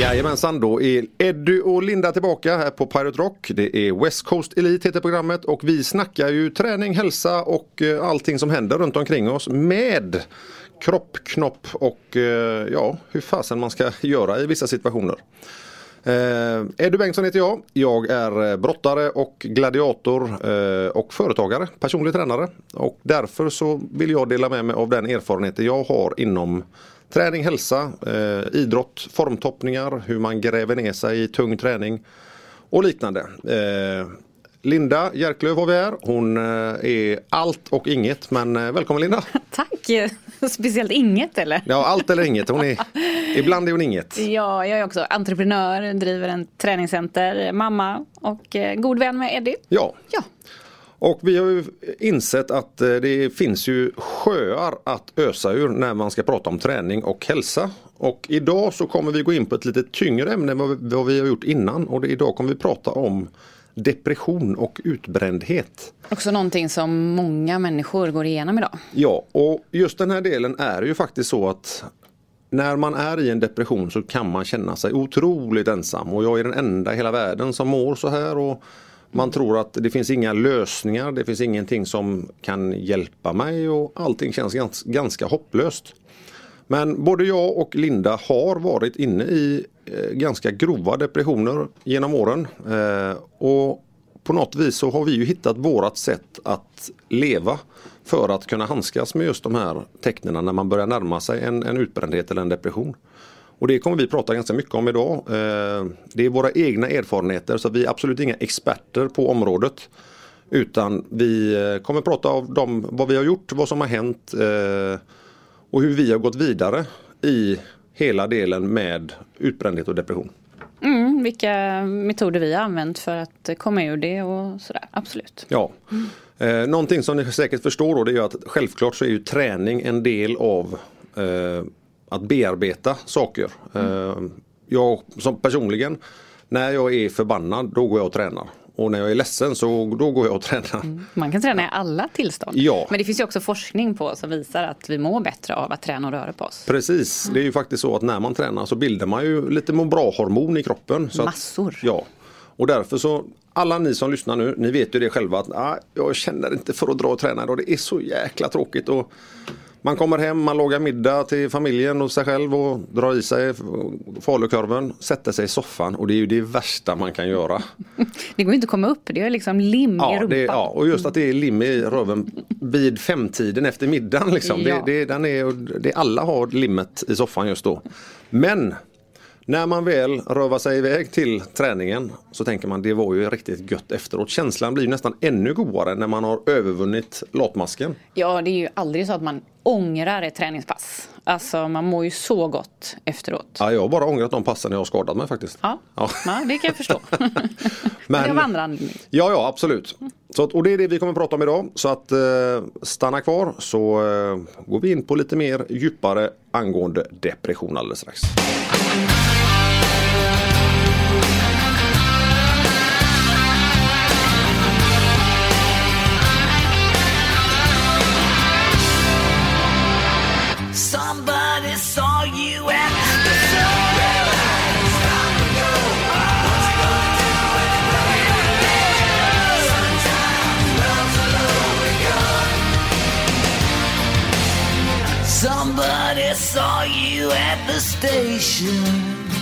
Jajamensan, då är Eddie och Linda tillbaka här på Pirate Rock. Det är West Coast Elite heter programmet och vi snackar ju träning, hälsa och allting som händer runt omkring oss med kropp, knopp och ja, hur fasen man ska göra i vissa situationer. Eddie Bengtsson heter jag. Jag är brottare och gladiator och företagare, personlig tränare. Och därför så vill jag dela med mig av den erfarenheten jag har inom träning, hälsa, idrott, formtoppningar, hur man gräver ner sig i tung träning och liknande. Linda Järklöv har vi här. Hon är allt och inget, men välkommen Linda. Tack, speciellt inget eller? Ja, allt eller inget. Ibland är hon inget. Ja, jag är också entreprenör, driver en träningscenter, mamma och god vän med Eddie. Ja. Och vi har ju insett att det finns ju sjöar att ösa ur när man ska prata om träning och hälsa. Och idag så kommer vi gå in på ett lite tyngre ämne än vad vi har gjort innan. Och idag kommer vi prata om depression och utbrändhet. Också någonting som många människor går igenom idag. Ja, och just den här delen är ju faktiskt så att när man är i en depression så kan man känna sig otroligt ensam. Och jag är den enda i hela världen som mår så här och man tror att det finns inga lösningar, det finns ingenting som kan hjälpa mig och allting känns ganska hopplöst. Men både jag och Linda har varit inne i ganska grova depressioner genom åren. Och på något vis så har vi ju hittat vårat sätt att leva för att kunna handskas med just de här tecknen när man börjar närma sig en utbrändhet eller en depression. Och det kommer vi prata ganska mycket om idag. Det är våra egna erfarenheter så vi är absolut inga experter på området. Utan vi kommer prata om vad vi har gjort, vad som har hänt och hur vi har gått vidare i hela delen med utbrändhet och depression. Vilka metoder vi har använt för att komma ur det och sådär, absolut. Ja, någonting som ni säkert förstår då det är ju att självklart så är ju träning en del av att bearbeta saker. Jag som personligen, när jag är förbannad då går jag och tränar. Och när jag är ledsen så då går jag och tränar. Man kan träna i alla tillstånd. Ja. Men det finns ju också forskning på som visar att vi mår bättre av att träna och röra på oss. Precis, det är ju faktiskt så att när man tränar så bildar man ju lite må bra-hormon i kroppen. Så massor. Ja, och därför så alla ni som lyssnar nu, ni vet ju det själva att jag känner inte för att dra och träna och det är så jäkla tråkigt och man kommer hem, man lagar middag till familjen och sig själv och drar i sig falukorven, sätter sig i soffan och det är ju det värsta man kan göra. Det går inte att komma upp, det är liksom lim i rumpan. Och just att det är lim i röven vid 5-tiden efter middagen liksom. Ja. Alla har limmet i soffan just då. Men när man väl rövar sig iväg till träningen så tänker man det var ju riktigt gött efteråt. Känslan blir nästan ännu godare när man har övervunnit latmasken. Ja, det är ju aldrig så att man ångrar ett träningspass. Alltså man mår ju så gott efteråt. Ja, jag har bara ångrat de passen jag har skadat mig faktiskt. Ja, det kan jag förstå. Men det var andra anledningar. Ja, absolut. Så och det är det vi kommer att prata om idag. Så att stanna kvar så går vi in på lite mer djupare angående depression alldeles strax. Somebody saw you at the Somebody saw you at the station.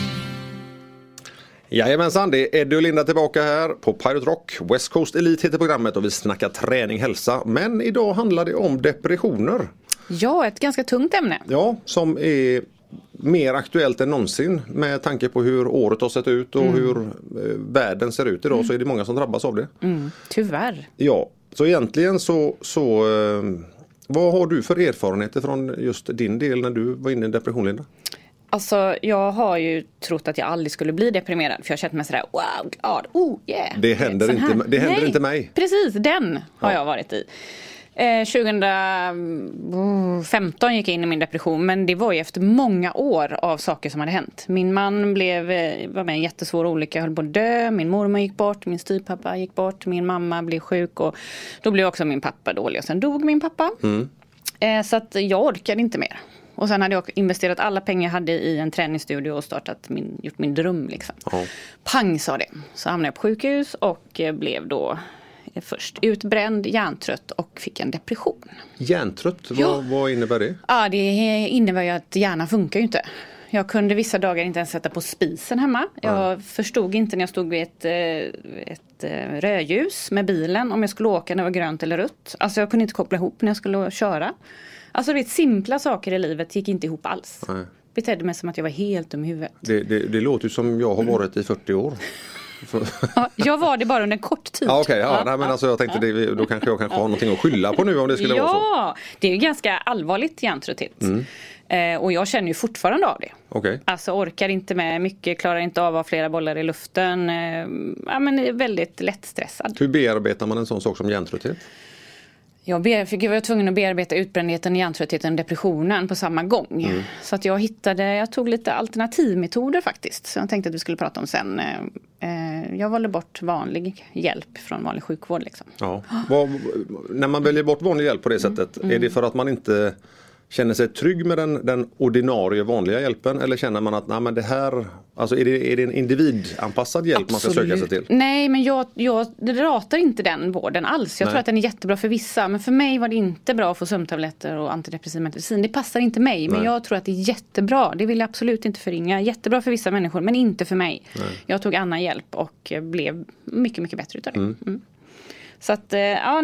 Jajamensan, det är Eddie och Linda tillbaka här på Pirate Rock. West Coast Elite heter programmet och vi snackar träning, hälsa. Men idag handlar det om depressioner. Ja, ett ganska tungt ämne. Ja, som är mer aktuellt än någonsin med tanke på hur året har sett ut och hur världen ser ut idag så är det många som drabbas av det. Tyvärr. Ja, så egentligen så vad har du för erfarenheter från just din del när du var inne i depression, Linda? Alltså jag har ju trott att jag aldrig skulle bli deprimerad för jag har känt mig sådär wow, God, yeah. Det händer inte mig. Precis, den har jag varit i. 2015 gick jag in i min depression men det var ju efter många år av saker som hade hänt. Min man var med en jättesvår olycka, höll på att dö, min mormor gick bort, min styvpappa gick bort, min mamma blev sjuk och då blev också min pappa dålig och sen dog min pappa. Så att jag orkade inte mer. Och sen hade jag investerat alla pengar jag hade i en träningsstudio och gjort min dröm liksom. Ja. Pang sa det. Så hamnade jag på sjukhus och blev då först utbränd, hjärntrött och fick en depression. Hjärntrött, vad innebär det? Ja, det innebär ju att hjärnan funkar ju inte. Jag kunde vissa dagar inte ens sätta på spisen hemma. Jag förstod inte när jag stod vid ett rödljus med bilen om jag skulle åka när det var grönt eller rött. Alltså jag kunde inte koppla ihop när jag skulle köra. Alltså det simpla saker i livet gick inte ihop alls. Nej. Betedde mig som att jag var helt dum i huvudet. Det låter ju som jag har varit i 40 år. Ja, jag var det bara under en kort tid. Ja, okej. Nej, men alltså jag tänkte då kanske jag har någonting att skylla på nu om det skulle vara så. Ja, det är ju ganska allvarligt hjärntrötthet. Och jag känner ju fortfarande av det. Okay. Alltså orkar inte med mycket, klarar inte av att ha flera bollar i luften. Men är väldigt lättstressad. Hur bearbetar man en sån sak som hjärntrötthet? Jag var tvungen att bearbeta utbrändheten, hjärntröttheten och depressionen på samma gång. Så att jag tog lite alternativmetoder faktiskt. Så jag tänkte att vi skulle prata om sen. Jag valde bort vanlig hjälp från vanlig sjukvård. Liksom. Ja. När man väljer bort vanlig hjälp på det sättet, är det för att man inte känner sig trygg med den ordinarie vanliga hjälpen? Eller känner man att nej, men det här, alltså är det en individanpassad hjälp Absolut. Man ska söka sig till? Nej, men jag ratar inte den vården alls. Jag tror att den är jättebra för vissa. Men för mig var det inte bra att få sömntabletter och antidepressiv medicin. Det passar inte mig. Men jag tror att det är jättebra. Det vill jag absolut inte förringa. Jättebra för vissa människor, men inte för mig. Nej. Jag tog annan hjälp och blev mycket, mycket bättre utav det. Så att,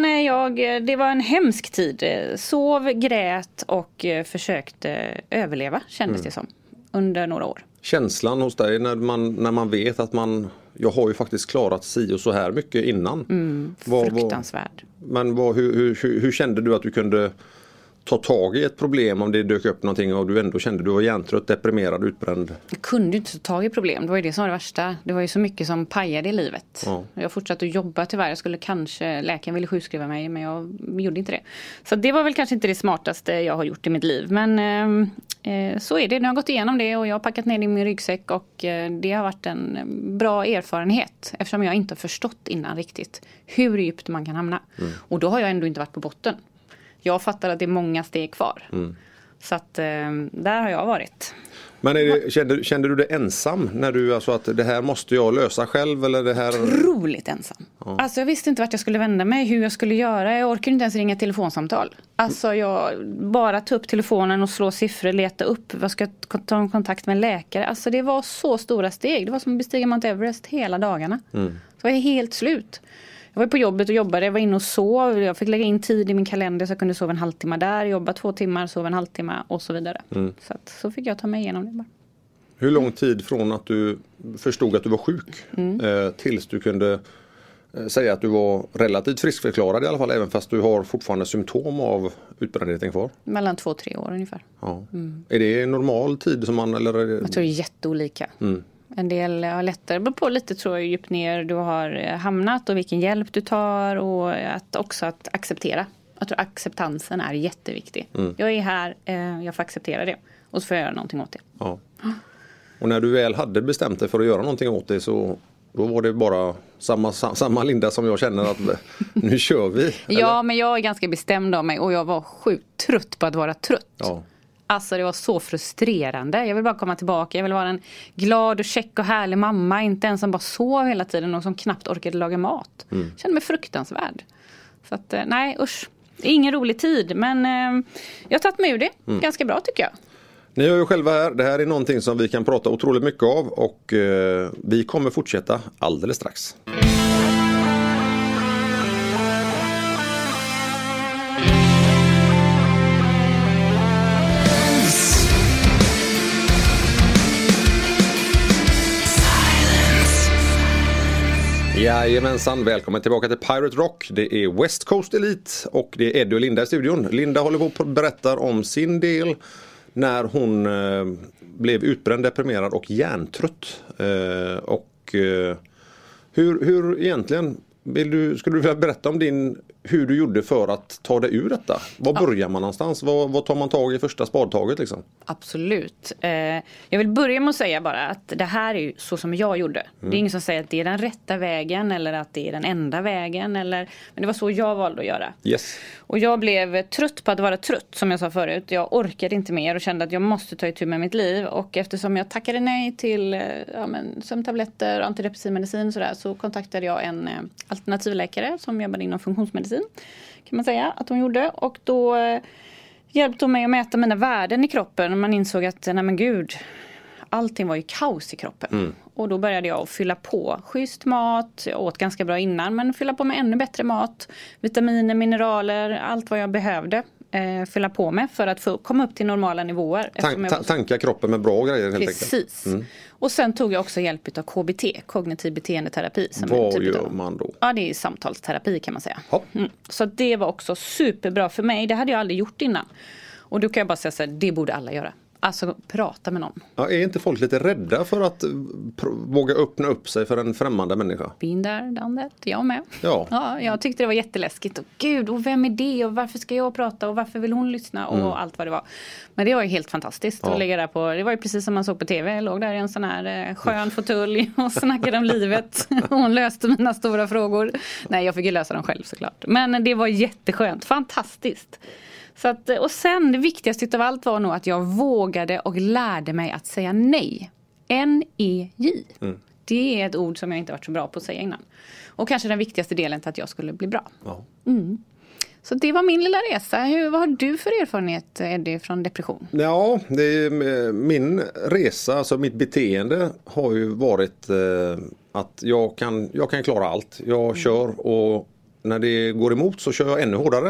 det var en hemsk tid. Sov, grät och försökte överleva, kändes det som, under några år. Känslan hos dig när man vet att jag har ju faktiskt klarat si och så här mycket innan. Fruktansvärd. Men hur kände du att du kunde ta tag i ett problem om det dök upp någonting och du ändå kände du var hjärntrött, deprimerad, utbränd? Jag kunde inte ta tag i problem. Det var ju det som var det värsta. Det var ju så mycket som pajade i livet. Ja. Jag fortsatte att jobba tyvärr. Jag skulle läkaren ville sjukskriva mig, men jag gjorde inte det. Så det var väl kanske inte det smartaste jag har gjort i mitt liv. Men så är det. Nu har jag gått igenom det och jag har packat ner det i min ryggsäck och det har varit en bra erfarenhet eftersom jag inte har förstått innan riktigt hur djupt man kan hamna. Och då har jag ändå inte varit på botten. Jag fattar att det är många steg kvar. Så att där har jag varit. Men kände du dig ensam när du alltså att det här måste jag lösa själv eller det här? Otroligt ensam. Ja. Alltså jag visste inte vart jag skulle vända mig, hur jag skulle göra. Jag orkade inte ens ringa telefonsamtal. Alltså jag bara ta upp telefonen och slå siffror, leta upp. Vad ska jag ta kontakt med en läkare? Alltså det var så stora steg. Det var som att bestiga Mount Everest hela dagarna. Så var jag helt slut. Jag var på jobbet och jobbade, jag var inne och sov. Jag fick lägga in tid i min kalender så jag kunde sova en halvtimme där. Jobba 2 timmar, sova en halvtimme och så vidare. Så fick jag ta mig igenom det bara. Hur lång tid från att du förstod att du var sjuk tills du kunde säga att du var relativt friskförklarad i alla fall, även fast du har fortfarande symptom av utbrändheten kvar? Mellan 2-3 år ungefär. Ja. Är det en normal tid som man? Eller är det... Jag tror det är jätteolika. En del har lättare, beror på lite tror jag djupt ner du har hamnat och vilken hjälp du tar och att acceptera. Jag tror acceptansen är jätteviktig. Jag är här, jag får acceptera det och så får jag göra någonting åt det. Ja. Och när du väl hade bestämt dig för att göra någonting åt det så då var det bara samma Linda som jag känner att nu kör vi. Ja, men jag är ganska bestämd av mig och jag var sjukt trött på att vara trött. Ja. Alltså det var så frustrerande. Jag vill bara komma tillbaka. Jag vill vara en glad och check och härlig mamma. Inte en som bara sov hela tiden och som knappt orkade laga mat. Kände mig fruktansvärd. Så att nej usch. Det är ingen rolig tid. Men jag har tagit mig ur det ganska bra tycker jag. Ni är ju själva här. Det här är någonting som vi kan prata otroligt mycket av. Och vi kommer fortsätta alldeles strax. Jajamensan, välkommen tillbaka till Pirate Rock. Det är West Coast Elite och det är Eddie och Linda i studion. Linda håller på att berätta om sin del när hon blev utbränd, deprimerad och hjärntrött. Hur egentligen, skulle du vilja berätta om hur du gjorde för att ta dig ur detta. Var börjar man någonstans? Vad tar man tag i första spadtaget liksom? Absolut. Jag vill börja med att säga bara att det här är ju så som jag gjorde. Det är ingen som säger att det är den rätta vägen eller att det är den enda vägen. Men det var så jag valde att göra. Yes. Och jag blev trött på att vara trött, som jag sa förut. Jag orkade inte mer och kände att jag måste ta itu med mitt liv. Och eftersom jag tackade nej till sömntabletter, antidepressiv medicin och sådär, så kontaktade jag en alternativläkare som jobbade inom funktionsmedicin, kan man säga att hon gjorde. Och då hjälpte hon mig att mäta mina värden i kroppen. Och man insåg att, nej men gud, allting var ju kaos i kroppen. Och då började jag att fylla på schysst mat. Jag åt ganska bra innan, men fylla på med ännu bättre mat. Vitaminer, mineraler, allt vad jag behövde fylla på med för att få komma upp till normala nivåer. Tanka kroppen med bra grejer helt enkelt. Precis. Och sen tog jag också hjälp av KBT, kognitiv beteendeterapi. Vad gör man då? Ja, det är samtalsterapi kan man säga. Så det var också superbra för mig. Det hade jag aldrig gjort innan. Och då kan jag bara säga så här, det borde alla göra. Alltså prata med någon. Ja, är inte folk lite rädda för att våga öppna upp sig för en främmande människa? Been there, done that. Jag med. Ja, jag tyckte det var jätteläskigt. Och gud, och vem är det? Och varför ska jag prata? Och varför vill hon lyssna? Och allt vad det var. Men det var ju helt fantastiskt att ligga där på. Det var ju precis som man såg på tv. Jag låg där i en sån här skön fåtölj och snackade om livet. Och hon löste mina stora frågor. Nej, jag fick ju lösa dem själv såklart. Men det var jätteskönt. Fantastiskt. Så att, och sen det viktigaste av allt var nog att jag vågade och lärde mig att säga nej. N-E-J. Det är ett ord som jag inte varit så bra på att säga innan. Och kanske den viktigaste delen till att jag skulle bli bra. Ja. Så det var min lilla resa. Vad har du för erfarenhet, Eddie, från depression? Ja, det är min resa, alltså mitt beteende har ju varit att jag kan klara allt. Jag kör och när det går emot så kör jag ännu hårdare.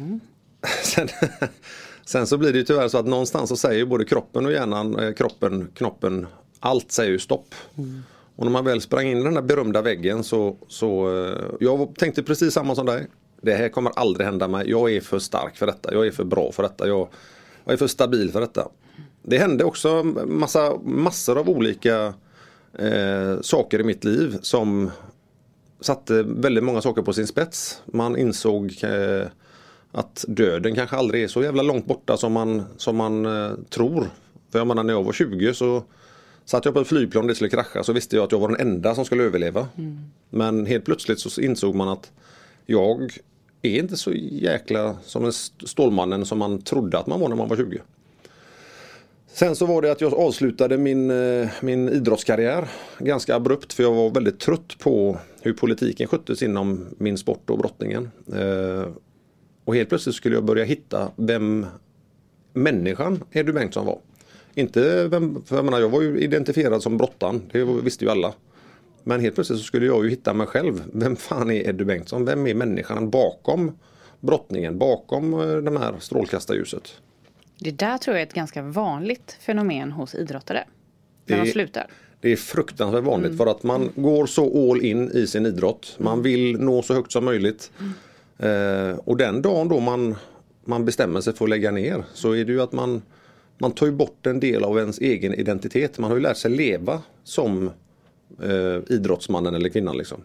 Sen så blir det ju tyvärr så att någonstans så säger både kroppen och hjärnan, knoppen, allt säger ju stopp. Och när man väl sprang in i den där berömda väggen så jag tänkte precis samma som dig. Det här kommer aldrig hända mig. Jag är för stark för detta. Jag är för bra för detta. Jag är för stabil för detta. Det hände också massor av olika saker i mitt liv som satte väldigt många saker på sin spets. Man insåg att döden kanske aldrig är så jävla långt borta som man tror. För jag menar, när jag var 20 så satt jag på ett flygplan och det skulle krascha, så visste jag att jag var den enda som skulle överleva. Men helt plötsligt så insåg man att jag är inte så jäkla som en stålmannen som man trodde att man var när man var 20. Sen så var det att jag avslutade min idrottskarriär ganska abrupt, för jag var väldigt trött på hur politiken sköttes inom min sport och brottningen. Och helt plötsligt skulle jag börja hitta vem människan Eddie Bengtsson var. Inte vem, för jag var ju identifierad som brottan, det visste ju alla. Men helt plötsligt så skulle jag ju hitta mig själv. Vem fan är Eddie Bengtsson? Vem är människan bakom brottningen, bakom det här strålkastarljuset? Det där tror jag är ett ganska vanligt fenomen hos idrottare. När de slutar. Det är fruktansvärt vanligt för att man går så all in i sin idrott. Man vill nå så högt som möjligt. Och den dagen då man bestämmer sig för att lägga ner, så är det ju att man tar ju bort en del av ens egen identitet. Man har ju lärt sig leva som idrottsmannen eller kvinnan liksom.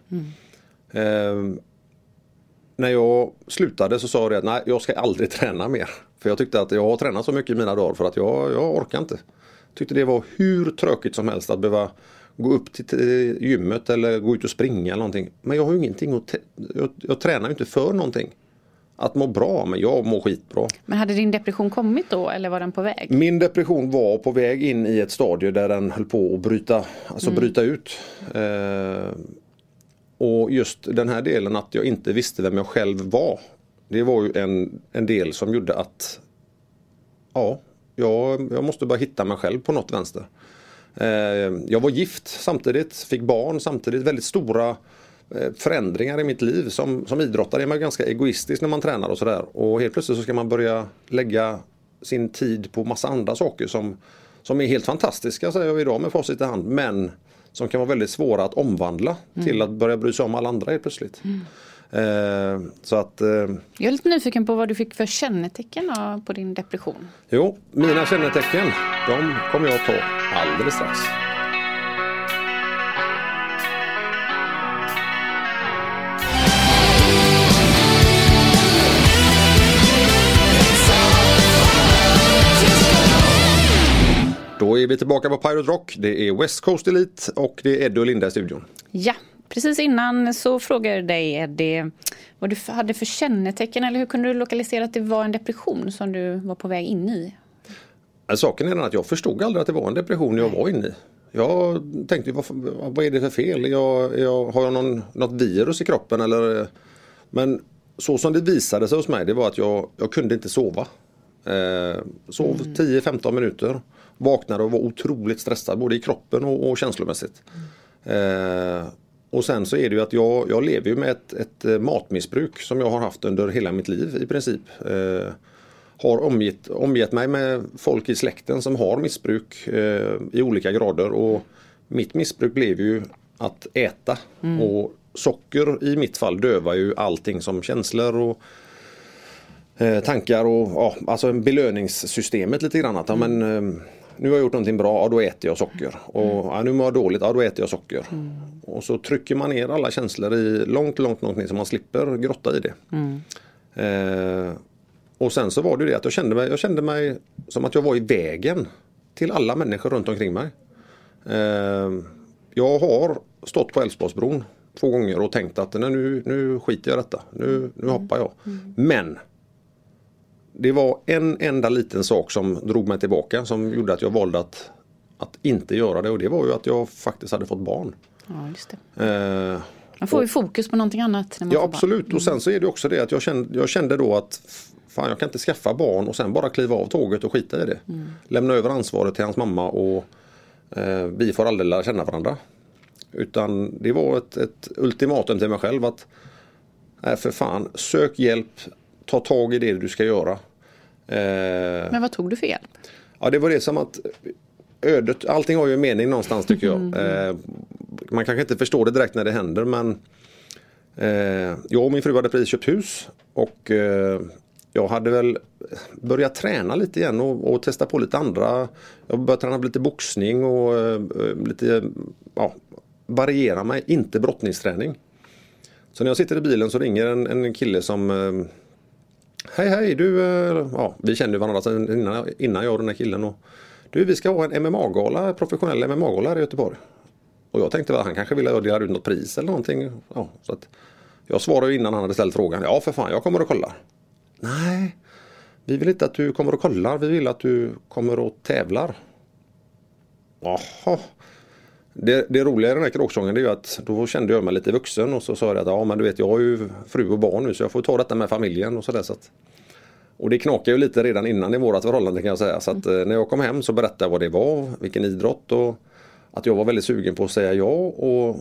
När jag slutade så sa jag att nej, jag ska aldrig träna mer. För jag tyckte att jag har tränat så mycket i mina dagar för att jag orkar inte. Tyckte det var hur tråkigt som helst att behöva gå upp till gymmet eller gå ut och springa eller någonting. Men jag har ju ingenting jag tränar ju inte för någonting. Att må bra, men jag mår skitbra. Men hade din depression kommit då, eller var den på väg? Min depression var på väg in i ett stadie där den höll på att bryta ut. Och just den här delen att jag inte visste vem jag själv var. Det var ju en del som gjorde att jag måste bara hitta mig själv på något vänster. Jag var gift samtidigt, fick barn samtidigt, väldigt stora förändringar i mitt liv. Som idrottare är man ganska egoistisk när man tränar och sådär. Och helt plötsligt så ska man börja lägga sin tid på massa andra saker som är helt fantastiska, säger jag idag med facit i hand, men som kan vara väldigt svåra att omvandla till att börja bry sig om alla andra helt plötsligt. Så att, jag är lite nyfiken på vad du fick för kännetecken på din depression. Jo, mina kännetecken, de kommer jag att ta alldeles strax. vi tillbaka på Pirate Rock. Det är West Coast Elite och det är Eddie och Linda i studion. Ja, precis innan så frågade jag dig Eddie vad du hade för kännetecken eller hur kunde du lokalisera att det var en depression som du var på väg in i? Saken är den att jag förstod aldrig att det var en depression jag var inne i. Jag tänkte, vad är det för fel? Har jag något virus i kroppen? Eller? Men så som det visade sig hos mig, det var att jag kunde inte sova. Sov 10-15 minuter. Vaknade och var otroligt stressad, både i kroppen och känslomässigt. Och sen så är det ju att jag lever ju med ett matmissbruk som jag har haft under hela mitt liv i princip. Har omgett mig med folk i släkten som har missbruk i olika grader. Och mitt missbruk blev ju att äta. Och socker i mitt fall dövar ju allting som känslor och tankar och alltså belöningssystemet lite grann. Att, men, nu har jag gjort någonting bra, då äter jag socker. Och nu mår jag dåligt, då äter jag socker. Och så trycker man ner alla känslor i långt ner så man slipper grotta i det. Och sen så var det ju det att jag kände mig som att jag var i vägen till alla människor runt omkring mig. Jag har stått på Älvsborgsbron 2 gånger och tänkt att nu skiter jag i detta. Nu hoppar jag. Men det var en enda liten sak som drog mig tillbaka som gjorde att jag valde att inte göra det. Och det var ju att jag faktiskt hade fått barn. Ja, just det. Man får ju fokus på någonting annat när man får absolut. barn. Och sen så är det också det att jag kände då att fan, jag kan inte skaffa barn och sen bara kliva av tåget och skita i det. Lämna över ansvaret till hans mamma och vi får aldrig lära känna varandra. Utan det var ett ultimatum till mig själv att för fan, sök hjälp, ta tag i det du ska göra. Men vad tog du för hjälp? Ja, det var det som att ödet, allting har ju en mening någonstans tycker jag. Man kanske inte förstår det direkt när det händer, men jag och min fru hade precis köpt hus och jag hade väl börjat träna lite igen och testa på lite andra. Jag började träna lite boxning och lite variera mig, inte brottningsträning. Så när jag sitter i bilen så ringer en kille som hej du, vi kände varandra innan jag och den här killen och du, vi ska ha en MMA-gala, professionell MMA-gala här i Göteborg. Och jag tänkte att han kanske ville dela ut något pris eller någonting. Ja, så att jag svarade innan han hade ställt frågan. Ja, för fan, jag kommer att kolla. Nej, vi vill inte att du kommer och kollar. Vi vill att du kommer och tävlar. Jaha. Det roliga i den här kråksången är ju att då kände jag mig lite vuxen och så sa jag att men du vet, jag har ju fru och barn nu så jag får ta detta med familjen och sådär. Så att, och det knakade ju lite redan innan i vårat förhållande kan jag säga. Så att när jag kom hem så berättade jag vad det var, vilken idrott och att jag var väldigt sugen på att säga ja. Och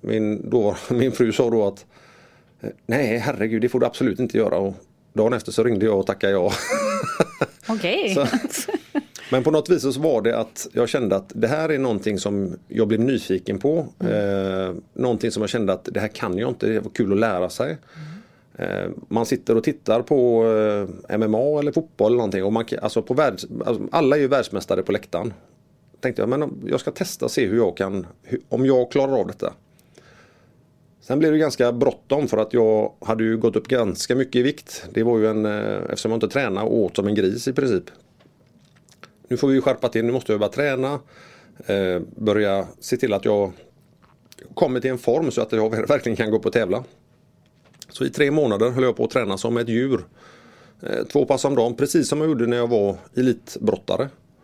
min fru sa då att nej herregud, det får du absolut inte göra. Och dagen efter så ringde jag och tackade ja. Okej. Men på något vis så var det att jag kände att det här är någonting som jag blev nyfiken på. Någonting som jag kände att det här kan jag inte, det var kul att lära sig. Man sitter och tittar på MMA eller fotboll eller någonting. Och alla är ju världsmästare på läktaren. Tänkte jag, men jag ska testa och se hur jag kan, om jag klarar av detta. Sen blev det ganska bråttom för att jag hade ju gått upp ganska mycket i vikt. Det var ju eftersom jag inte tränade och åt som en gris i princip. Nu får vi ju skärpa till, nu måste jag börja träna. Börja se till att jag kommer till en form så att jag verkligen kan gå på och tävla. Så i 3 månader höll jag på att träna som ett djur. 2 pass om dagen, precis som jag gjorde när jag var elitbrottare.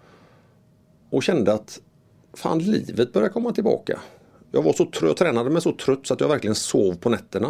Och kände att fan, livet börjar komma tillbaka. Jag tränade mig så trött så att jag verkligen sov på nätterna.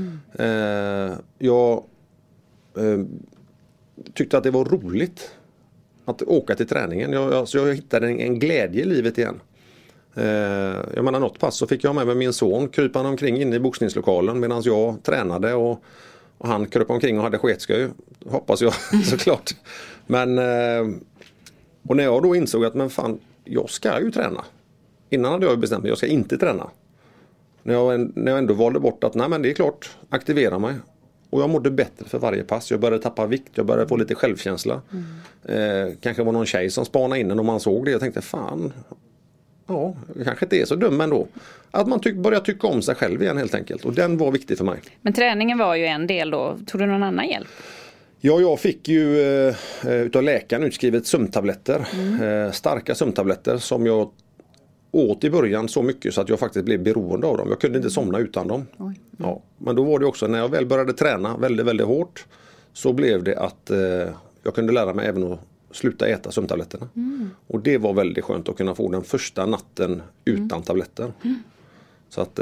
Jag tyckte att det var roligt att åka till träningen. Jag hittade en glädje i livet igen. Jag menar, något pass så fick jag med mig min son krypa omkring inne i boxningslokalen medan jag tränade och han kröp omkring och hade sketskoj. Hoppas jag såklart. Men och när jag då insåg att men fan, jag ska ju träna. Innan hade jag bestämt mig, jag ska inte träna. När jag ändå valde bort att nej men det är klart, aktivera mig. Och jag mådde bättre för varje pass. Jag började tappa vikt, jag började få lite självkänsla. Kanske var någon tjej som spanade in och man såg det. Jag tänkte fan, ja, jag kanske inte är så dum ändå. Att man börjar tycka om sig själv igen helt enkelt. Och den var viktig för mig. Men träningen var ju en del då. Tog du någon annan hjälp? Ja, jag fick ju utav läkaren utskrivet sömntabletter. Starka sömntabletter som jag åt i början så mycket så att jag faktiskt blev beroende av dem. Jag kunde inte somna utan dem. Ja, men då var det också när jag väl började träna väldigt, väldigt hårt så blev det att jag kunde lära mig även att sluta äta sömntabletterna. Och det var väldigt skönt att kunna få den första natten utan tabletter. Så att,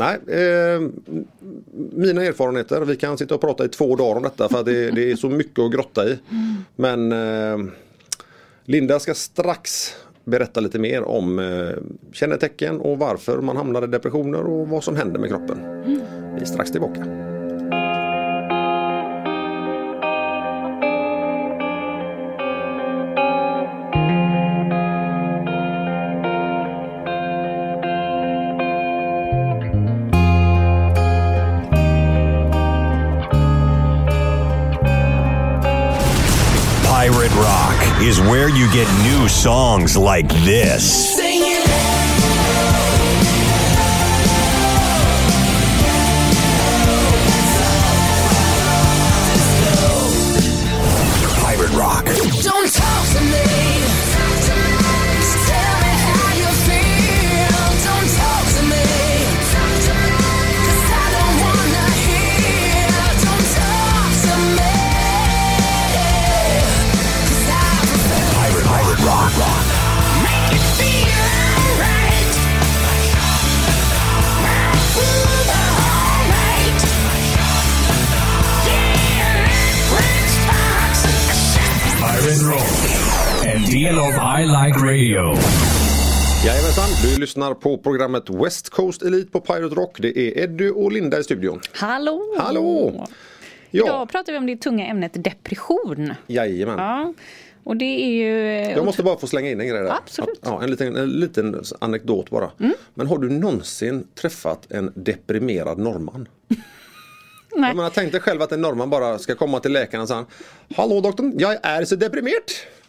mina erfarenheter, vi kan sitta och prata i 2 dagar om detta för att det är så mycket att grotta i. Men Linda ska strax berätta lite mer om kännetecken och varför man hamnar i depressioner och vad som händer med kroppen. Vi är strax tillbaka. Pirate Rock is where you get new songs like this. Pirate Rock. Don't talk to me. Tell me how you feel. Don't talk to me. 'Cause I don't wanna hear. Don't talk to me. 'Cause I prefer Pirate Rock. make it feel right. Through the whole night. Yeah, Prince Fox. Pirate Rock. And deal of I Like Radio. Jajamensan, du lyssnar på programmet West Coast Elite på Pirate Rock. Det är Eddie och Linda i studion. Hallå! Hallå! Idag pratar vi om det tunga ämnet depression. Jajamän. Ja, och det är ju... Jag måste bara få slänga in en grej där. Absolut. Ja, en liten anekdot bara. Men har du någonsin träffat en deprimerad norrman? Nej. Jag menar, tänk dig själv att en norrman bara ska komma till läkaren och säga: hallå doktorn, jag är så deprimerad.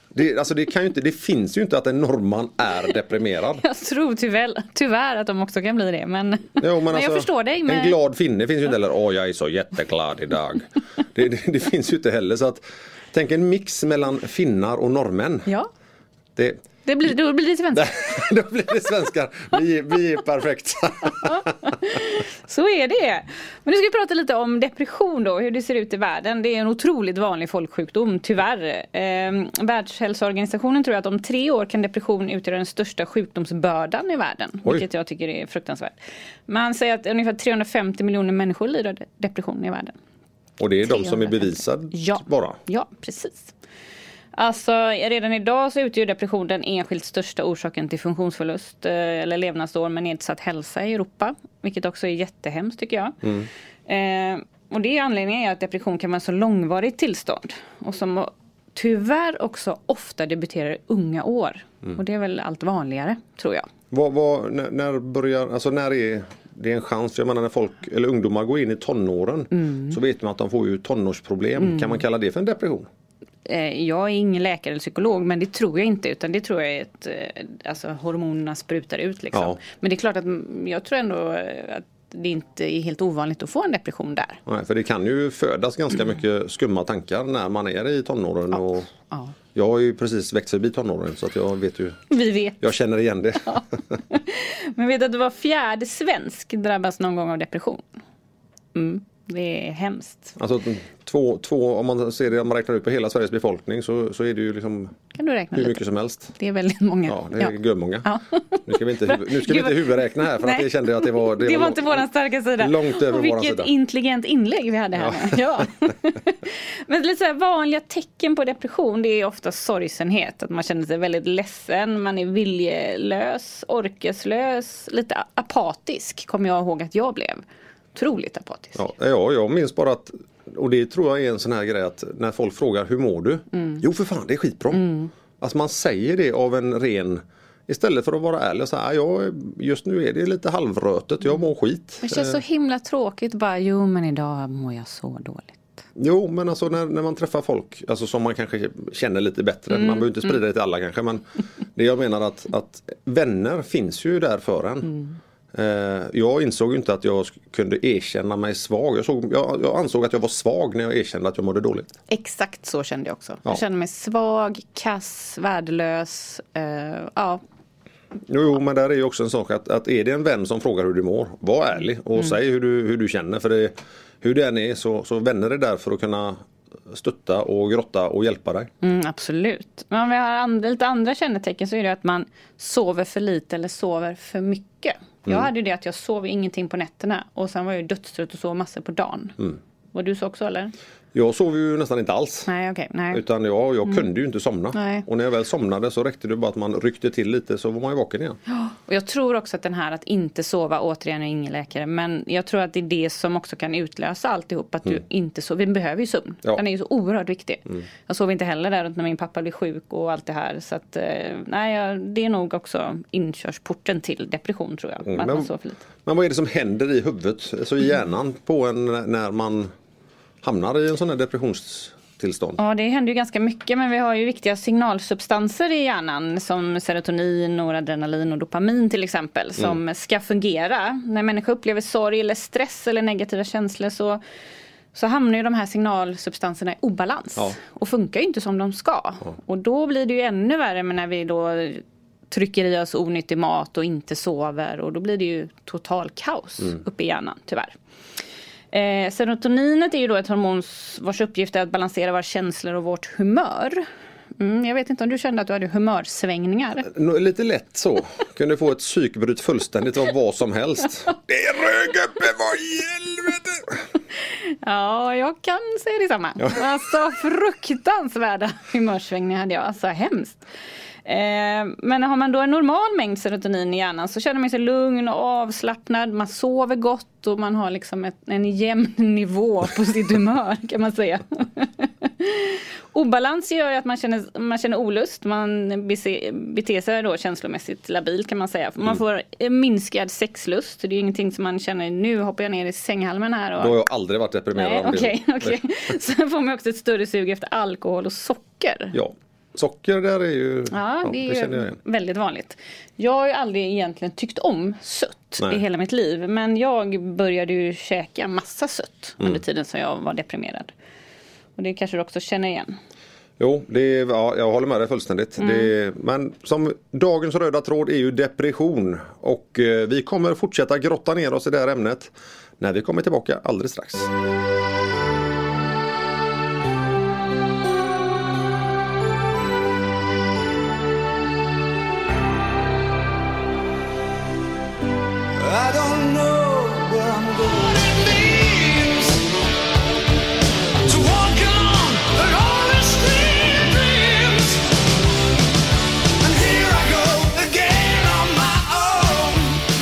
Det finns ju inte att en norrman är deprimerad. Jag tror tyvärr att de också kan bli det. Men, Jo, men jag förstår dig. Men... En glad finne finns ju inte heller. Jag är så jätteglad idag. det finns ju inte heller. Så att, tänk en mix mellan finnar och norrmän. Ja, Då då blir det svenska. Då blir det svenskar. Vi är perfekt. Så är det. Men nu ska vi prata lite om depression då, hur det ser ut i världen. Det är en otroligt vanlig folksjukdom, tyvärr. Världshälsoorganisationen tror att om 3 år kan depression utgöra den största sjukdomsbördan i världen. Oj. Vilket jag tycker är fruktansvärt. Man säger att ungefär 350 miljoner människor lider av depression i världen. Och det är de som är bevisade bara. Ja, precis. Alltså redan idag så utgör depression den enskilt största orsaken till funktionsförlust eller levnadsår med nedsatt hälsa i Europa. Vilket också är jättehemskt tycker jag. Och det är anledningen att depression kan vara så långvarigt tillstånd. Och som tyvärr också ofta debuterar i unga år. Och det är väl allt vanligare tror jag. När börjar, alltså när är det en chans? För jag menar när folk eller ungdomar går in i tonåren så vet man att de får ju tonårsproblem. Kan man kalla det för en depression? Jag är ingen läkare eller psykolog, men det tror jag inte, utan det tror jag är alltså hormonerna sprutar ut liksom. Ja. Men det är klart att jag tror ändå att det inte är helt ovanligt att få en depression där. Nej, för det kan ju födas ganska mycket skumma tankar när man är i tonåren. Och jag har ju precis växt förbi tonåren så att jag vet ju. Vi vet. Jag känner igen det. Ja. Men vet att det var 4:e svensk drabbas någon gång av depression. Det är hemskt. Alltså två om man ser det, om man räknar ut på hela Sveriges befolkning så är det ju liksom kan du räkna hur lite? Mycket som helst. Det är väldigt många. Ja, det är görmånga. Ja. Nu ska vi inte huvudräkna här för att det kände jag att det var inte våran starka sida. Långt över våran sida. Vilket intelligent inlägg vi hade här. Ja. Men lite så här, vanliga tecken på depression, det är ofta sorgsenhet. Att man känner sig väldigt ledsen, man är viljelös, orkeslös, lite apatisk. Kommer jag ihåg att jag blev. Otroligt apatisk. Ja, jag minns bara att, och det tror jag är en sån här grej att när folk frågar hur mår du? Jo för fan, det är skitbra. Alltså man säger det av en ren, istället för att vara ärlig och säga just nu är det lite halvrötet, jag mår skit. Det känns så himla tråkigt bara, men idag mår jag så dåligt. Jo, men alltså när man träffar folk alltså som man kanske känner lite bättre, man behöver inte sprida det till alla kanske, men det jag menar att vänner finns ju där för en. Jag insåg ju inte att jag kunde erkänna mig svag. Jag ansåg att jag var svag när jag erkände att jag mådde dåligt. Exakt så kände jag också. Ja. Jag kände mig svag, kass, värdelös. Ja. Jo, men där är ju också en sak att är det en vän som frågar hur du mår, var ärlig och säg hur du känner. För hur det än är så vänner är där för att kunna stötta och grotta och hjälpa dig. Absolut. Men om vi har lite andra kännetecken så är det att man sover för lite eller sover för mycket. Jag hade ju det att jag sov ingenting på nätterna och sen var jag dödstrött och sov massor på dagen. Var du så också eller? Jag sov ju nästan inte alls. Nej, okej. Nej. Utan jag kunde ju inte somna. Nej. Och när jag väl somnade så räckte det bara att man ryckte till lite så var man ju vaken igen. Och jag tror också att den här att inte sova, återigen är ingen läkare, men jag tror att det är det som också kan utlösa alltihop, att du inte sover. Vi behöver ju sömn. Ja. Den är ju så oerhört viktig. Jag sov inte heller där när min pappa blev sjuk och allt det här. Så att, nej, det är nog också inkörsporten till depression tror jag. Att man sover för lite. Men vad är det som händer i huvudet, alltså i hjärnan på en när man hamnar i en sån här depressionstillstånd? Ja, det händer ju ganska mycket, men vi har ju viktiga signalsubstanser i hjärnan som serotonin, noradrenalin och dopamin till exempel som ska fungera. När människor upplever sorg eller stress eller negativa känslor så hamnar ju de här signalsubstanserna i obalans och funkar ju inte som de ska. Och då blir det ju ännu värre när vi då trycker i oss onyttig mat och inte sover, och då blir det ju total kaos uppe i hjärnan tyvärr. Serotoninet är ju då ett hormon vars uppgift är att balansera våra känslor och vårt humör. Jag vet inte om du kände att du hade humörsvängningar. Lite lätt så. Kunde få ett psykbryt fullständigt av vad som helst. Det är röguppe, vad i helvete! Ja, jag kan säga detsamma. Alltså fruktansvärda humörsvängningar hade jag. Alltså hemskt. Men har man då en normal mängd serotonin i hjärnan så känner man sig lugn och avslappnad. Man sover gott och man har liksom en jämn nivå på sitt humör kan man säga. Obalans gör att man känner olust. Man beter sig då känslomässigt labil kan man säga. Man får minskad sexlust. Det är ju ingenting som man känner, nu hoppar jag ner i sänghalmen här. Och... Då har jag aldrig varit deprimerad om det. Okej. Sen får man också ett större sug efter alkohol och socker. Ja. Socker där är ju... Ja, det är ju väldigt vanligt. Jag har ju aldrig egentligen tyckt om sött i hela mitt liv. Men jag började ju käka massa sött under tiden som jag var deprimerad. Och det kanske du också känner igen. Jo, jag håller med dig fullständigt. Men som dagens röda tråd är ju depression. Och vi kommer fortsätta grotta ner oss i det här ämnet när vi kommer tillbaka alldeles strax. I don't know where I'm going. It means to walk on the honest dreams. And here I go again on my own.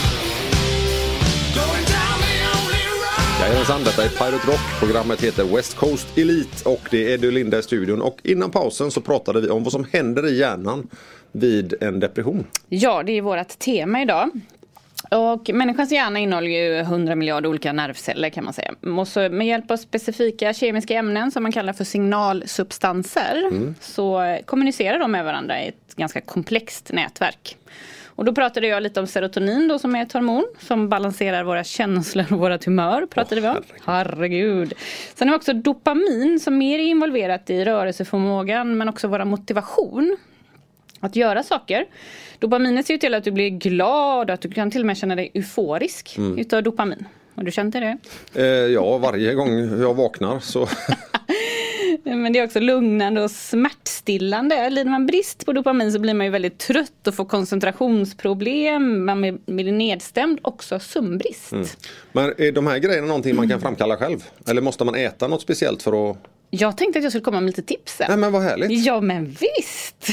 Going down the only road. Jajamensan, detta är Pirate Rock. Programmet heter West Coast Elite och det är Eddie och Linda i studion. Och innan pausen så pratade vi om vad som händer i hjärnan vid en depression. Ja, det är vårt tema idag. Och människans hjärna innehåller ju 100 miljarder olika nervceller kan man säga. Och så med hjälp av specifika kemiska ämnen som man kallar för signalsubstanser så kommunicerar de med varandra i ett ganska komplext nätverk. Och då pratade jag lite om serotonin då, som är ett hormon som balanserar våra känslor och vårt humör pratade vi om. Herregud. Sen har vi också dopamin som mer är involverat i rörelseförmågan men också vår motivation att göra saker. Dopaminet ser ju till att du blir glad och att du kan till och med känna dig euforisk utav dopamin. Har du känt det? Ja, varje gång jag vaknar så... Men det är också lugnande och smärtstillande. Lider man brist på dopamin så blir man ju väldigt trött och får koncentrationsproblem. Man blir nedstämd, också sömnbrist. Men är de här grejerna någonting man kan framkalla själv? Eller måste man äta något speciellt för att... Jag tänkte att jag skulle komma med lite tips sen. Nej, men vad härligt. Ja, men visst.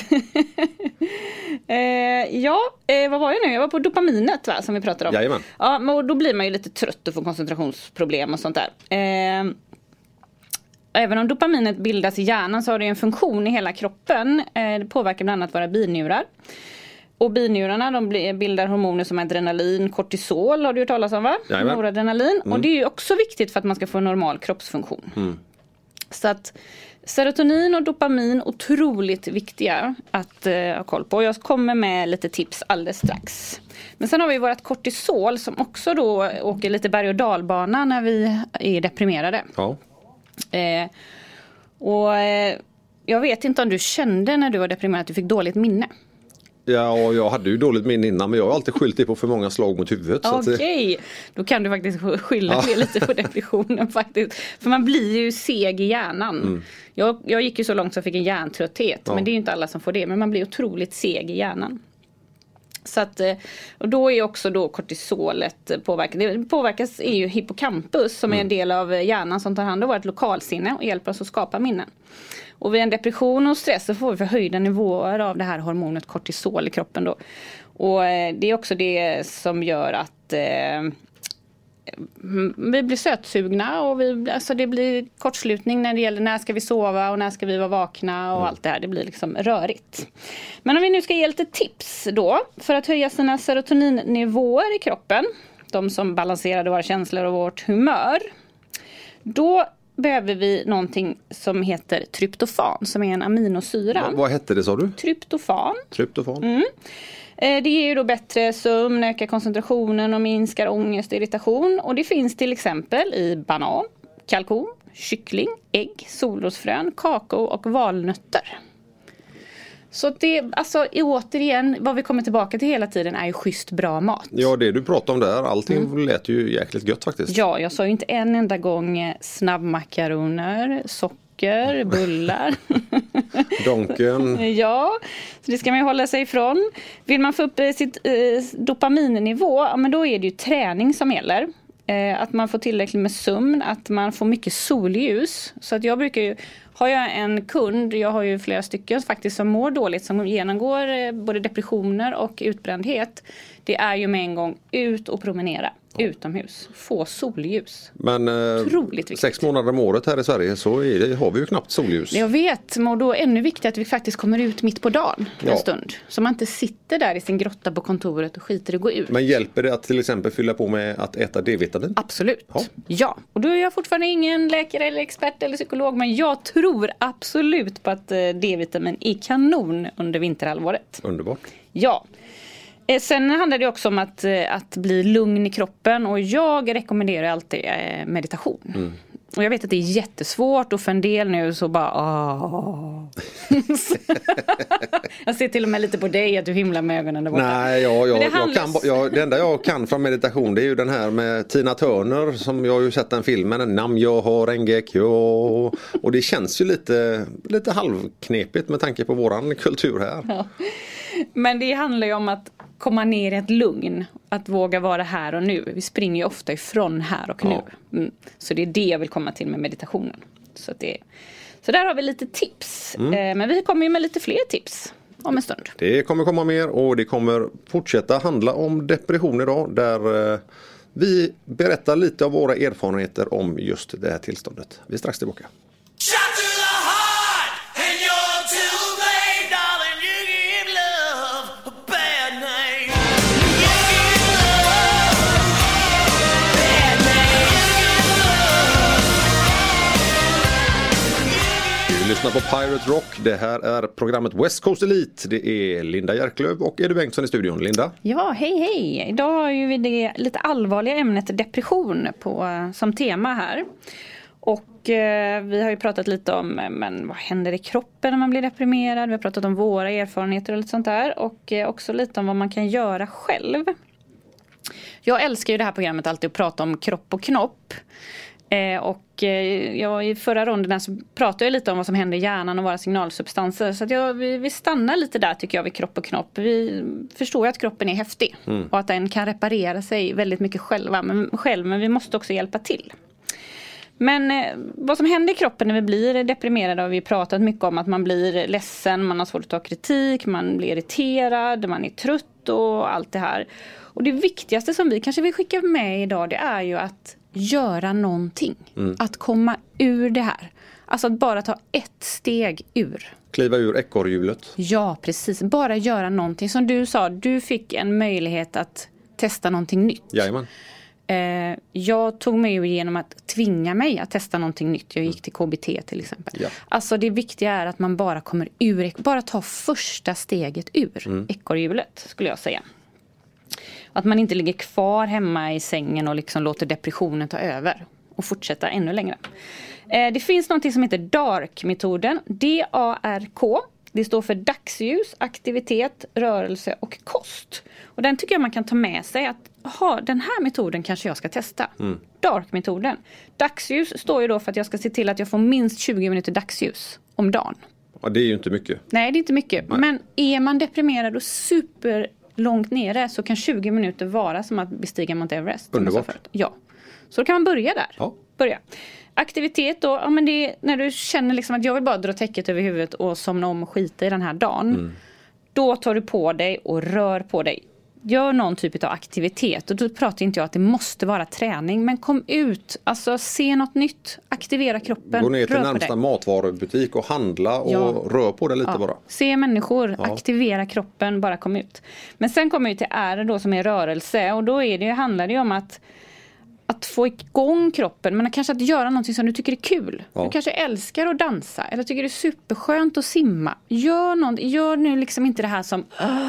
Vad var jag nu? Jag var på dopaminet va, som vi pratade om. Jajamän. Ja, men då blir man ju lite trött och får koncentrationsproblem och sånt där. Även om dopaminet bildas i hjärnan så har det en funktion i hela kroppen. Det påverkar bland annat våra binjurar. Och binjurarna de bildar hormoner som adrenalin, kortisol har du hört talas om va? Noradrenalin. Och det är ju också viktigt för att man ska få en normal kroppsfunktion. Så att Serotonin och dopamin otroligt viktiga att ha koll på. Jag kommer med lite tips alldeles strax. Men sen har vi vårt kortisol som också då åker lite berg- och dalbana när vi är deprimerade. Ja. Jag vet inte om du kände när du var deprimerad att du fick dåligt minne. Ja, och jag hade ju dåligt minne innan, men jag har alltid skyllt det på för många slag mot huvudet. Okej, då kan du faktiskt skylla det lite på depressionen faktiskt. För man blir ju seg i hjärnan. Jag gick ju så långt så jag fick en hjärntrötthet. Men det är ju inte alla som får det. Men man blir otroligt seg i hjärnan. Så att, och då är också då kortisolet påverkat. Det påverkas är ju hippocampus som är en del av hjärnan som tar hand om vårt lokalsinne och hjälper oss att skapa minnen. Och vid en depression och stress så får vi förhöjda nivåer av det här hormonet kortisol i kroppen då. Och det är också det som gör att vi blir sötsugna och alltså det blir kortslutning när det gäller när ska vi sova och när ska vi vara vakna och allt det här. Det blir liksom rörigt. Men om vi nu ska ge lite tips då för att höja sina serotoninnivåer i kroppen, de som balanserar våra känslor och vårt humör, då behöver vi någonting som heter tryptofan som är en aminosyra. Vad hette det sa du? Tryptofan. Tryptofan. Det ger ju då bättre sömn, ökar koncentrationen och minskar ångest och irritation. Och det finns till exempel i banan, kalkon, kyckling, ägg, solrosfrön, kakao och valnötter. Så det, alltså återigen, vad vi kommer tillbaka till hela tiden är ju schysst bra mat. Ja, det du pratar om där, allting lät ju jäkligt gött faktiskt. Ja, jag sa ju inte en enda gång snabbmakaroner, socker, bullar. Donken. Ja, så det ska man ju hålla sig ifrån. Vill man få upp sitt dopaminnivå, ja, men då är det ju träning som gäller. Att man får tillräckligt med sömn, att man får mycket solljus. Så att jag brukar ju, har jag en kund, jag har ju flera stycken faktiskt som mår dåligt, som genomgår både depressioner och utbrändhet. Det är ju med en gång ut och promenera utomhus. Få solljus. Men otroligt viktigt. 6 månader om året här i Sverige så har vi ju knappt solljus. Jag vet, men då är det ännu viktigt att vi faktiskt kommer ut mitt på dagen en stund. Så man inte sitter där i sin grotta på kontoret och skiter i att gå ut. Men hjälper det att till exempel fylla på med att äta D-vitamin? Absolut. Ja. Och då är jag fortfarande ingen läkare eller expert eller psykolog, men jag tror absolut på att D-vitamin är kanon under vinterhalvåret. Underbart. Ja. Sen handlar det också om att bli lugn i kroppen, och jag rekommenderar alltid meditation. Och jag vet att det är jättesvårt och för en del nu så bara jag ser till och med lite på dig att du himlar med ögonen där borta. Nej, det enda jag kan från meditation det är ju den här med Tina Turner som jag har ju sett den filmen Nam jag har en och det känns ju lite halvknepigt med tanke på våran kultur här. Ja. Men det handlar ju om att komma ner i ett lugn. Att våga vara här och nu. Vi springer ju ofta ifrån här och nu. Så det är det jag vill komma till med meditationen. Så där har vi lite tips. Men vi kommer ju med lite fler tips om en stund. Det kommer komma mer och det kommer fortsätta handla om depression idag. Där vi berättar lite av våra erfarenheter om just det här tillståndet. Vi är strax tillbaka. Shot to the heart, and you're too late, darling. You give love a bad name. You give love a bad name. Du lyssnar på Pirate Rock. Det här är programmet West Coast Elite. Det är Linda Järklöv och Eddie Bengtsson i studion. Linda? Ja, hej. Idag har ju vi det lite allvarliga ämnet depression som tema här. Och vi har ju pratat lite om vad händer i kroppen när man blir deprimerad. Vi har pratat om våra erfarenheter och lite sånt där. Och också lite om vad man kan göra själv. Jag älskar ju det här programmet alltid att prata om kropp och knopp. Och i förra ronden så pratade jag lite om vad som händer i hjärnan och våra signalsubstanser. Så att vi stannar lite där tycker jag vid kropp och knopp. Vi förstår ju att kroppen är häftig. Och att den kan reparera sig väldigt mycket själv. Men vi måste också hjälpa till. Men vad som händer i kroppen när vi blir deprimerade har vi pratat mycket om att man blir ledsen, man har svårt att ta kritik, man blir irriterad, man är trött och allt det här. Och det viktigaste som vi kanske vill skicka med idag det är ju att göra någonting. Att komma ur det här. Alltså att bara ta ett steg ur. Kliva ur ekorrhjulet. Ja, precis. Bara göra någonting. Som du sa, du fick en möjlighet att testa någonting nytt. Jajamän. Jag tog mig ju genom att tvinga mig att testa någonting nytt. Jag gick till KBT till exempel. Ja. Alltså det viktiga är att man bara kommer bara tar första steget ur ekorrhjulet, skulle jag säga. Att man inte ligger kvar hemma i sängen och liksom låter depressionen ta över och fortsätta ännu längre. Det finns något som heter DARK-metoden. D-A-R-K. Det står för dagsljus, aktivitet, rörelse och kost. Och den tycker jag man kan ta med sig att den här metoden kanske jag ska testa. DARK-metoden. Dagsljus står ju då för att jag ska se till att jag får minst 20 minuter dagsljus om dagen. Ja, det är ju inte mycket. Nej, det är inte mycket. Nej. Men är man deprimerad och super långt nere så kan 20 minuter vara som att bestiga Mount Everest. Underbart. Ja. Så då kan man börja där. Ja. Börja. Aktivitet då, ja, men det är när du känner liksom att jag vill bara dra täcket över huvudet och somna om och skita i den här dagen. Då tar du på dig och rör på dig. Gör någon typ av aktivitet. Och då pratar inte jag att det måste vara träning. Men kom ut, alltså se något nytt. Aktivera kroppen. Gå ner till närmsta matvarubutik och handla och rör på det lite bara. Se människor, aktivera kroppen, bara kom ut. Men sen kommer vi till R då som är rörelse. Och då handlar det ju om att få igång kroppen, men kanske att göra någonting som du tycker är kul. Du kanske älskar att dansa eller tycker det är superskönt att simma. Gör nu liksom inte det här som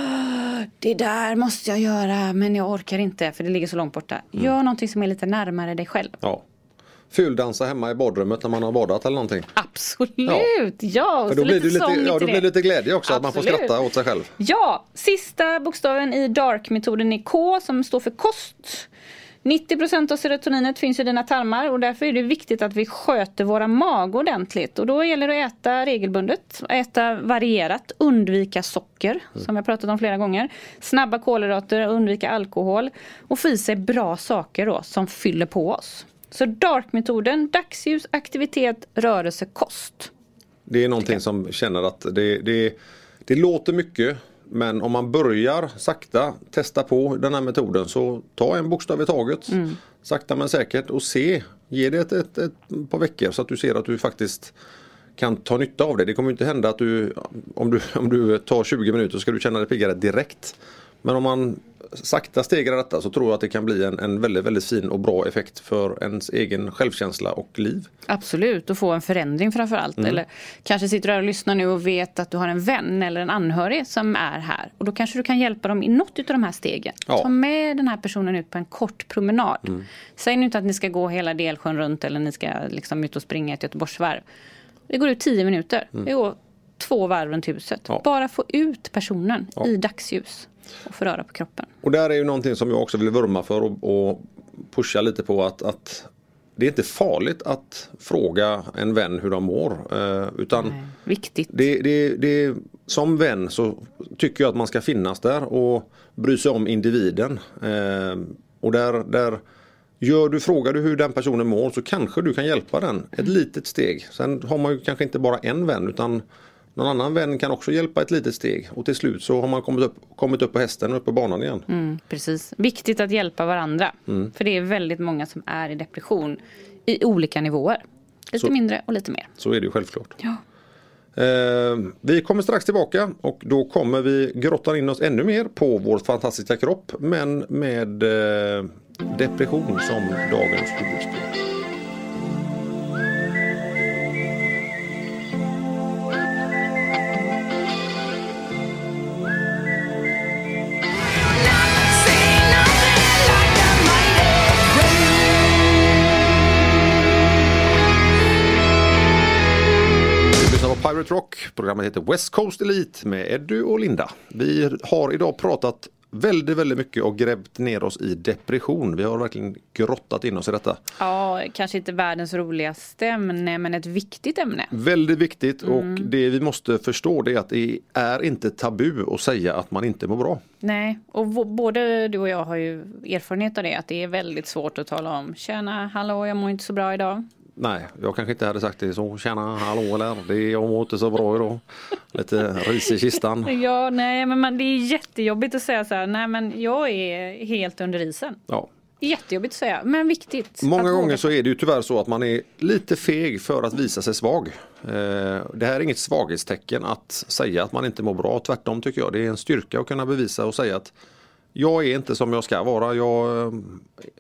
det där måste jag göra men jag orkar inte för det ligger så långt borta. Gör någonting som är lite närmare dig själv. Ja. Fuldansa hemma i badrummet när man har badat eller någonting. Absolut, ja. För då blir det lite glädje också. Absolut. Att man får skratta åt sig själv. Ja, sista bokstaven i DARK-metoden är K som står för kost. 90% av serotoninet finns i dina tarmar och därför är det viktigt att vi sköter våra mag ordentligt. Och då gäller det att äta regelbundet, äta varierat, undvika socker som jag pratat om flera gånger. Snabba kolhydrater, undvika alkohol och få i sig bra saker då, som fyller på oss. Så DARK-metoden, dagsljus, aktivitet, rörelse, kost. Det är någonting som känner att det låter mycket. Men om man börjar sakta testa på den här metoden så ta en bokstav i taget. Sakta men säkert och ge det ett par veckor så att du ser att du faktiskt kan ta nytta av det. Det kommer inte hända att om du tar 20 minuter så ska du känna dig piggare direkt. Men om man sakta stegrar detta så tror jag att det kan bli en väldigt, väldigt fin och bra effekt för ens egen självkänsla och liv. Absolut, och få en förändring framförallt. Eller kanske sitter du och lyssnar nu och vet att du har en vän eller en anhörig som är här. Och då kanske du kan hjälpa dem i något av de här stegen. Ja. Ta med den här personen ut på en kort promenad. Säg nu inte att ni ska gå hela Delsjön runt eller ni ska liksom ut och springa ett Göteborgsvarv. Det går ut 10 minuter. Det går 2 varv runt huset. Ja. Bara få ut personen i dagsljus. Och få röra på kroppen. Och där är ju någonting som jag också vill vurma för och pusha lite på att det är inte farligt att fråga en vän hur de mår. Utan nej, viktigt. Det, som vän så tycker jag att man ska finnas där och bry sig om individen. Och frågar du hur den personen mår så kanske du kan hjälpa den ett litet steg. Sen har man ju kanske inte bara en vän utan någon annan vän kan också hjälpa ett litet steg. Och till slut så har man kommit upp på hästen och upp på banan igen. Precis. Viktigt att hjälpa varandra. För det är väldigt många som är i depression i olika nivåer. Lite mindre och lite mer. Så är det ju självklart. Ja. Vi kommer strax tillbaka och då kommer vi grotta in oss ännu mer på vår fantastiska kropp. Men med depression som dagens huvudspår. Pirate Rock, programmet heter West Coast Elite med Eddie och Linda. Vi har idag pratat väldigt, väldigt mycket och grävt ner oss i depression. Vi har verkligen grottat in oss i detta. Ja, kanske inte världens roligaste ämne, men ett viktigt ämne. Väldigt viktigt och det vi måste förstå det är att det är inte tabu att säga att man inte mår bra. Nej, och både du och jag har ju erfarenhet av det, att det är väldigt svårt att tala om. Tjena, hallå, jag mår inte så bra idag. Nej, jag kanske inte hade sagt det så. Tjena, hallå eller jag mår inte så bra idag. Lite ris i kistan. Ja, nej, men det är jättejobbigt att säga så här. Nej, men jag är helt under isen. Ja. Jättejobbigt att säga, men viktigt. Många gånger så är det ju tyvärr så att man är lite feg för att visa sig svag. Det här är inget svaghetstecken att säga att man inte mår bra. Tvärtom tycker jag. Det är en styrka att kunna bevisa och säga att jag är inte som jag ska vara.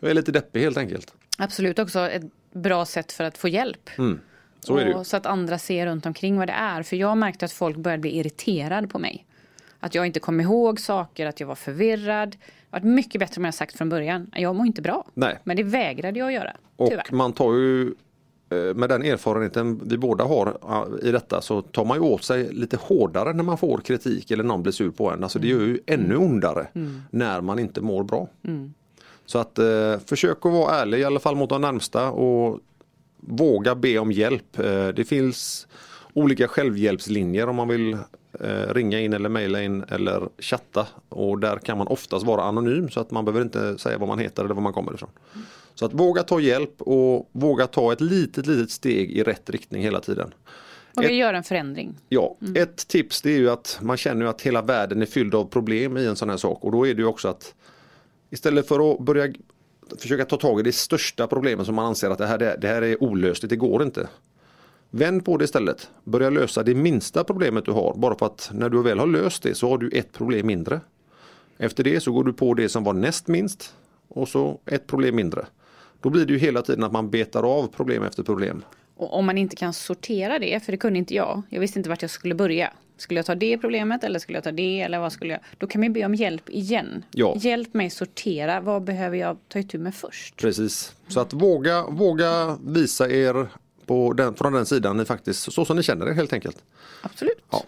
Jag är lite deppig helt enkelt. Absolut också ett bra sätt för att få hjälp. Så är det ju. Och så att andra ser runt omkring vad det är. För jag märkte att folk började bli irriterade på mig. Att jag inte kom ihåg saker, att jag var förvirrad. Det var mycket bättre om jag sagt från början. Jag mår inte bra. Nej. Men det vägrade jag att göra. Och Tyvärr. man tar ju, med den erfarenheten vi båda har i detta, så tar man ju åt sig lite hårdare när man får kritik eller någon blir sur på en. Alltså det gör ju ännu ondare när man inte mår bra. Så att försök att vara ärlig i alla fall mot de närmsta och våga be om hjälp. Det finns olika självhjälpslinjer om man vill ringa in eller mejla in eller chatta, och där kan man oftast vara anonym så att man behöver inte säga vad man heter eller var man kommer ifrån. Så att våga ta hjälp och våga ta ett litet steg i rätt riktning hela tiden. Och vi gör en förändring. Ja, ett tips det är ju att man känner att hela världen är fylld av problem i en sån här sak, och då är det ju också att istället för att börja försöka ta tag i det största problemet som man anser att det här är olösligt, det går inte. Vänd på det istället. Börja lösa det minsta problemet du har. Bara för att när du väl har löst det så har du ett problem mindre. Efter det så går du på det som var näst minst och så ett problem mindre. Då blir det ju hela tiden att man betar av problem efter problem. Och om man inte kan sortera det, för det kunde inte jag. Jag visste inte vart jag skulle börja. Skulle jag ta det problemet eller skulle jag ta det eller vad skulle jag? Då kan man be om hjälp igen. Ja. Hjälp mig sortera. Vad behöver jag ta itu med först? Precis. Så att våga visa er från den sidan ni faktiskt, så som ni känner er helt enkelt. Absolut. Ja.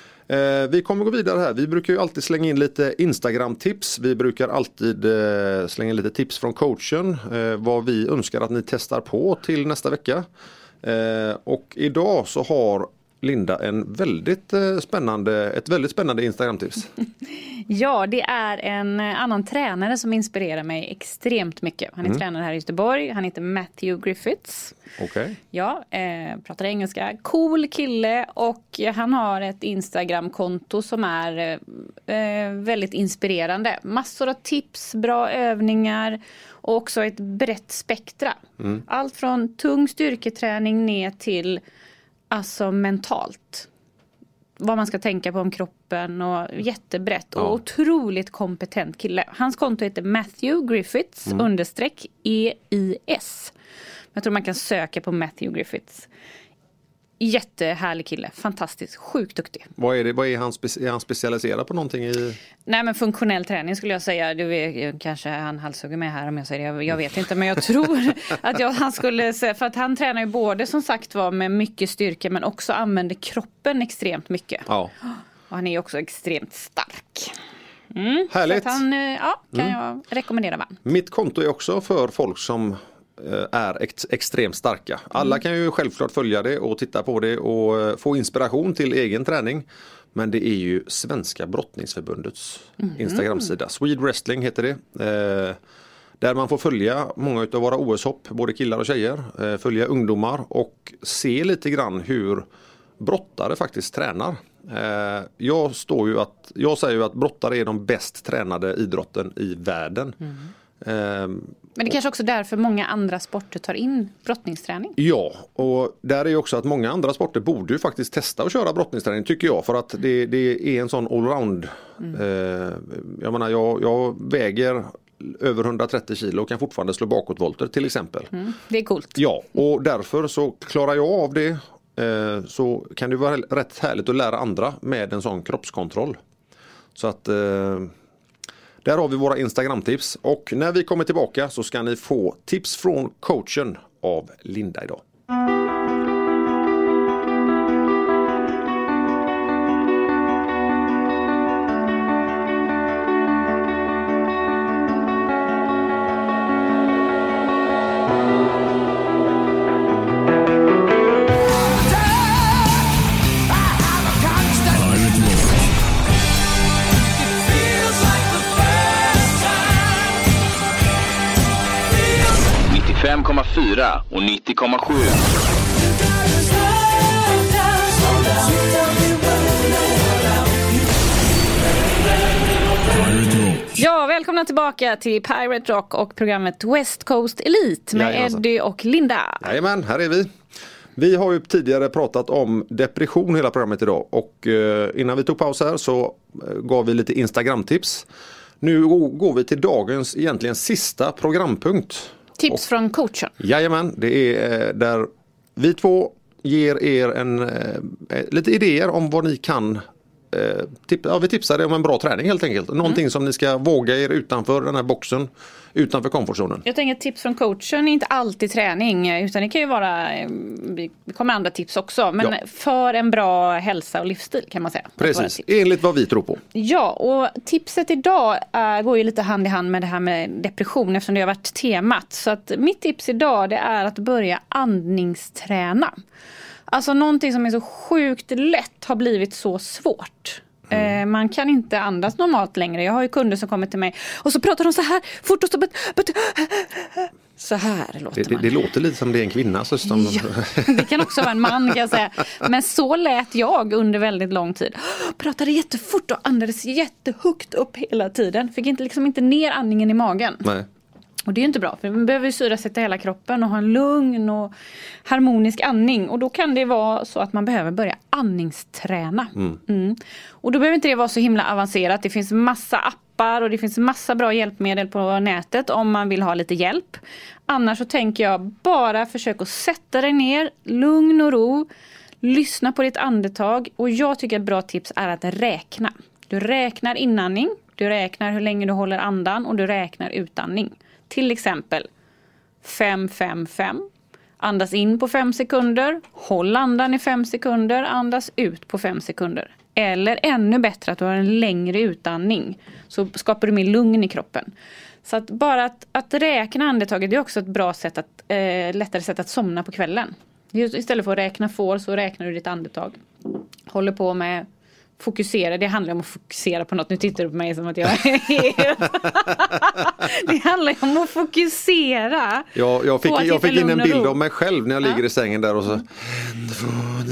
Vi kommer gå vidare här. Vi brukar ju alltid slänga in lite Instagram-tips. Vi brukar alltid slänga in lite tips från coachen. Vad vi önskar att ni testar på till nästa vecka. Och idag så har Linda ett väldigt spännande Instagram-tips. Ja, det är en annan tränare som inspirerar mig extremt mycket. Han är tränare här i Göteborg. Han heter Matthew Griffiths. Okej. Ja, pratar engelska. Cool kille, och han har ett Instagram-konto som är väldigt inspirerande. Massor av tips, bra övningar och också ett brett spektra. Allt från tung styrketräning ner till alltså mentalt. Vad man ska tänka på om kroppen, och jättebrett och otroligt kompetent kille. Hans konto heter Matthew Griffiths _EIS. Jag tror man kan söka på Matthew Griffiths. Jättehärlig kille, fantastiskt, sjukt duktig. Vad är han specialiserad på någonting i? Nej, men funktionell träning skulle jag säga. Du vet, kanske han halshugger med här om jag säger det. Jag vet inte, men jag tror att han skulle säga, för att han tränar ju både som sagt var med mycket styrka men också använder kroppen extremt mycket. Ja. Och han är ju också extremt stark. Härligt. Så att han, kan jag rekommendera varmt. Mitt konto är också för folk som är extremt starka. Alla kan ju självklart följa det och titta på det och få inspiration till egen träning. Men det är ju Svenska brottningsförbundets Instagram-sida. Swede Wrestling heter det. Där man får följa många av våra OS-hopp, både killar och tjejer. Följa ungdomar och se lite grann hur brottare faktiskt tränar. Jag säger ju att brottare är de bäst tränade idrotten i världen. Men det är kanske också därför många andra sporter tar in brottningsträning. Ja, och där är ju också att många andra sporter borde ju faktiskt testa att köra brottningsträning, tycker jag. För att det är en sån allround. Jag menar, jag väger över 130 kilo och kan fortfarande slå bakåtvolter till exempel. Det är coolt. Ja, och därför så klarar jag av det. Så kan det vara rätt härligt att lära andra med en sån kroppskontroll. Så att där har vi våra Instagram-tips. Och när vi kommer tillbaka så ska ni få tips från coachen av Linda idag. och 90,7. Ja, välkomna tillbaka till Pirate Rock och programmet West Coast Elite med Eddie och Linda. Jajamän, här är vi. Vi har ju tidigare pratat om depression hela programmet idag, och innan vi tog paus här så gav vi lite Instagram-tips. Nu går vi till dagens egentligen sista programpunkt. Tips från coachen. Jajamän, det är där vi två ger er lite idéer om vad ni kan. Vi tipsar er om en bra träning helt enkelt. Någonting som ni ska våga er utanför den här boxen, utanför komfortzonen. Jag tänker att tips från coachen är inte alltid träning, utan det kan ju vara, vi kommer andra tips också, men för en bra hälsa och livsstil kan man säga. Precis, enligt vad vi tror på. Ja, och tipset idag går ju lite hand i hand med det här med depression, eftersom det har varit temat. Så att mitt tips idag, det är att börja andningsträna. Alltså någonting som är så sjukt lätt har blivit så svårt. Man kan inte andas normalt längre. Jag har ju kunder som kommer till mig och så pratar de så här fort och så här låter man. Det låter lite som det är en kvinna. Det kan också vara en man kan jag säga. Men så lät jag under väldigt lång tid. Pratade jättefort och andades jättehögt upp hela tiden. Fick inte ner andningen i magen. Nej. Och det är ju inte bra, för man behöver syresätta hela kroppen och ha en lugn och harmonisk andning. Och då kan det vara så att man behöver börja andningsträna. Och då behöver inte det vara så himla avancerat. Det finns massa appar och det finns massa bra hjälpmedel på nätet om man vill ha lite hjälp. Annars så tänker jag bara försök att sätta dig ner, lugn och ro. Lyssna på ditt andetag. Och jag tycker ett bra tips är att räkna. Du räknar inandning, du räknar hur länge du håller andan och du räknar utandning. Till exempel 5-5-5. Andas in på 5 sekunder. Håll andan i 5 sekunder. Andas ut på 5 sekunder. Eller ännu bättre att du har en längre utandning. Så skapar du mer lugn i kroppen. Så att bara att räkna andetaget är också ett bra sätt lättare sätt att somna på kvällen. Istället för att räkna får så räknar du ditt andetag. Håller på med fokusera, det handlar om att fokusera på något. Nu tittar du på mig som att jag är det handlar om att fokusera. Jag fick in en bild av mig själv när jag ligger i sängen där och så 1, 2,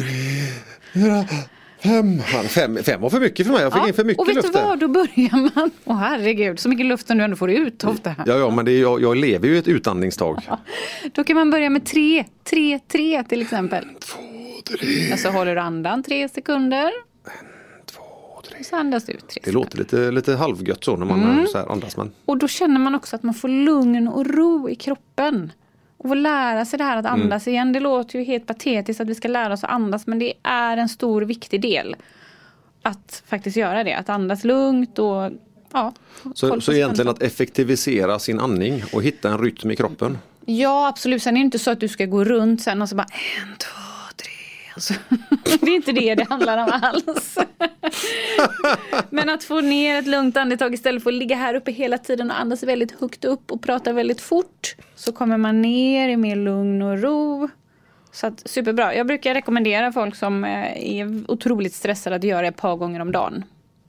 3, 4, 5 var för mycket för mig. Jag fick in för mycket luft. Och vet du vad, då börjar man herregud, så mycket luft som du ändå får ut ofta. Ja, men jag lever ju i ett utandningstag. Då kan man börja med 3 till exempel. 1, 2, 3. Och så håller du andan 3 sekunder. 1, 2, 3. Så andas du 3 Det sekunder. låter lite halvgött så när man så här andas. Men... Och då känner man också att man får lugn och ro i kroppen. Och få lära sig det här att andas igen. Det låter ju helt patetiskt att vi ska lära oss att andas. Men det är en stor viktig del. Att faktiskt göra det. Att andas lugnt och Så egentligen att effektivisera sin andning och hitta en rytm i kroppen. Ja, absolut. Sen är det inte så att du ska gå runt sen och så bara 1, 2, 3. Alltså. Det är inte det handlar om alls. Men att få ner ett lugnt andetag istället för att ligga här uppe hela tiden och andas väldigt högt upp och prata väldigt fort. Så kommer man ner i mer lugn och ro. Så att, superbra. Jag brukar rekommendera folk som är otroligt stressade att göra det ett par gånger om dagen.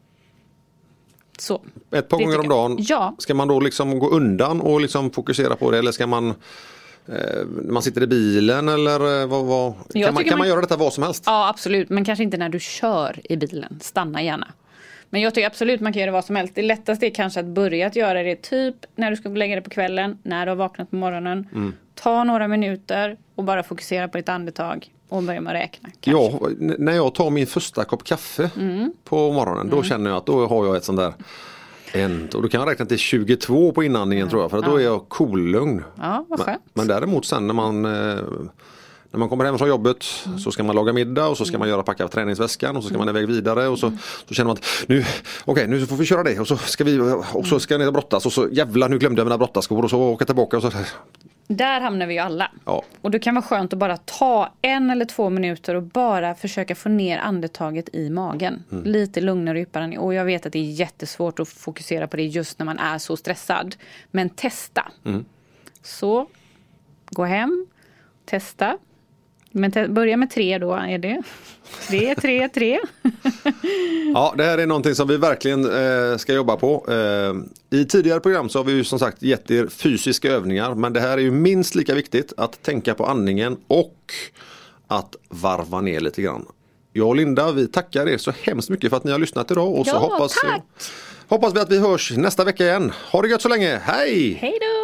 Så. Ett par gånger om dagen. Ja. Ska man då liksom gå undan och liksom fokusera på det, eller ska man man sitter i bilen eller kan man göra detta vad som helst? Ja, absolut, men kanske inte när du kör i bilen. Stanna gärna. Men jag tycker absolut man kan göra vad som helst. Det lättaste är kanske att börja att göra det typ när du ska lägga dig på kvällen, när du har vaknat på morgonen. Ta några minuter och bara fokusera på ditt andetag och börja med att räkna. Ja, när jag tar min första kopp kaffe på morgonen, då känner jag att då har jag ett sånt där och då kan jag räkna till 22 på inandningen tror jag, för att då är jag cool-lugn. Ja, vad skönt. Men däremot sen när man kommer hem från jobbet så ska man laga middag och så ska man packa träningsväskan och så ska man iväg vidare och så känner man att nu får vi köra det och så ska ni brottas och så jävlar nu glömde jag mina brottaskor och så åka tillbaka och så. Där hamnar vi ju alla. Ja. Och det kan vara skönt att bara ta 1 eller 2 minuter och bara försöka få ner andetaget i magen. Lite lugnare och djupare. Och jag vet att det är jättesvårt att fokusera på det just när man är så stressad. Men testa. Så gå hem, testa. Men börja med 3 då är det. 3. Ja, det här är någonting som vi verkligen ska jobba på. I tidigare program så har vi ju som sagt gett er fysiska övningar. Men det här är ju minst lika viktigt att tänka på andningen och att varva ner lite grann. Jag och Linda, vi tackar er så hemskt mycket för att ni har lyssnat idag. Och så hoppas vi att vi hörs nästa vecka igen. Ha det gött så länge. Hej! Hej då!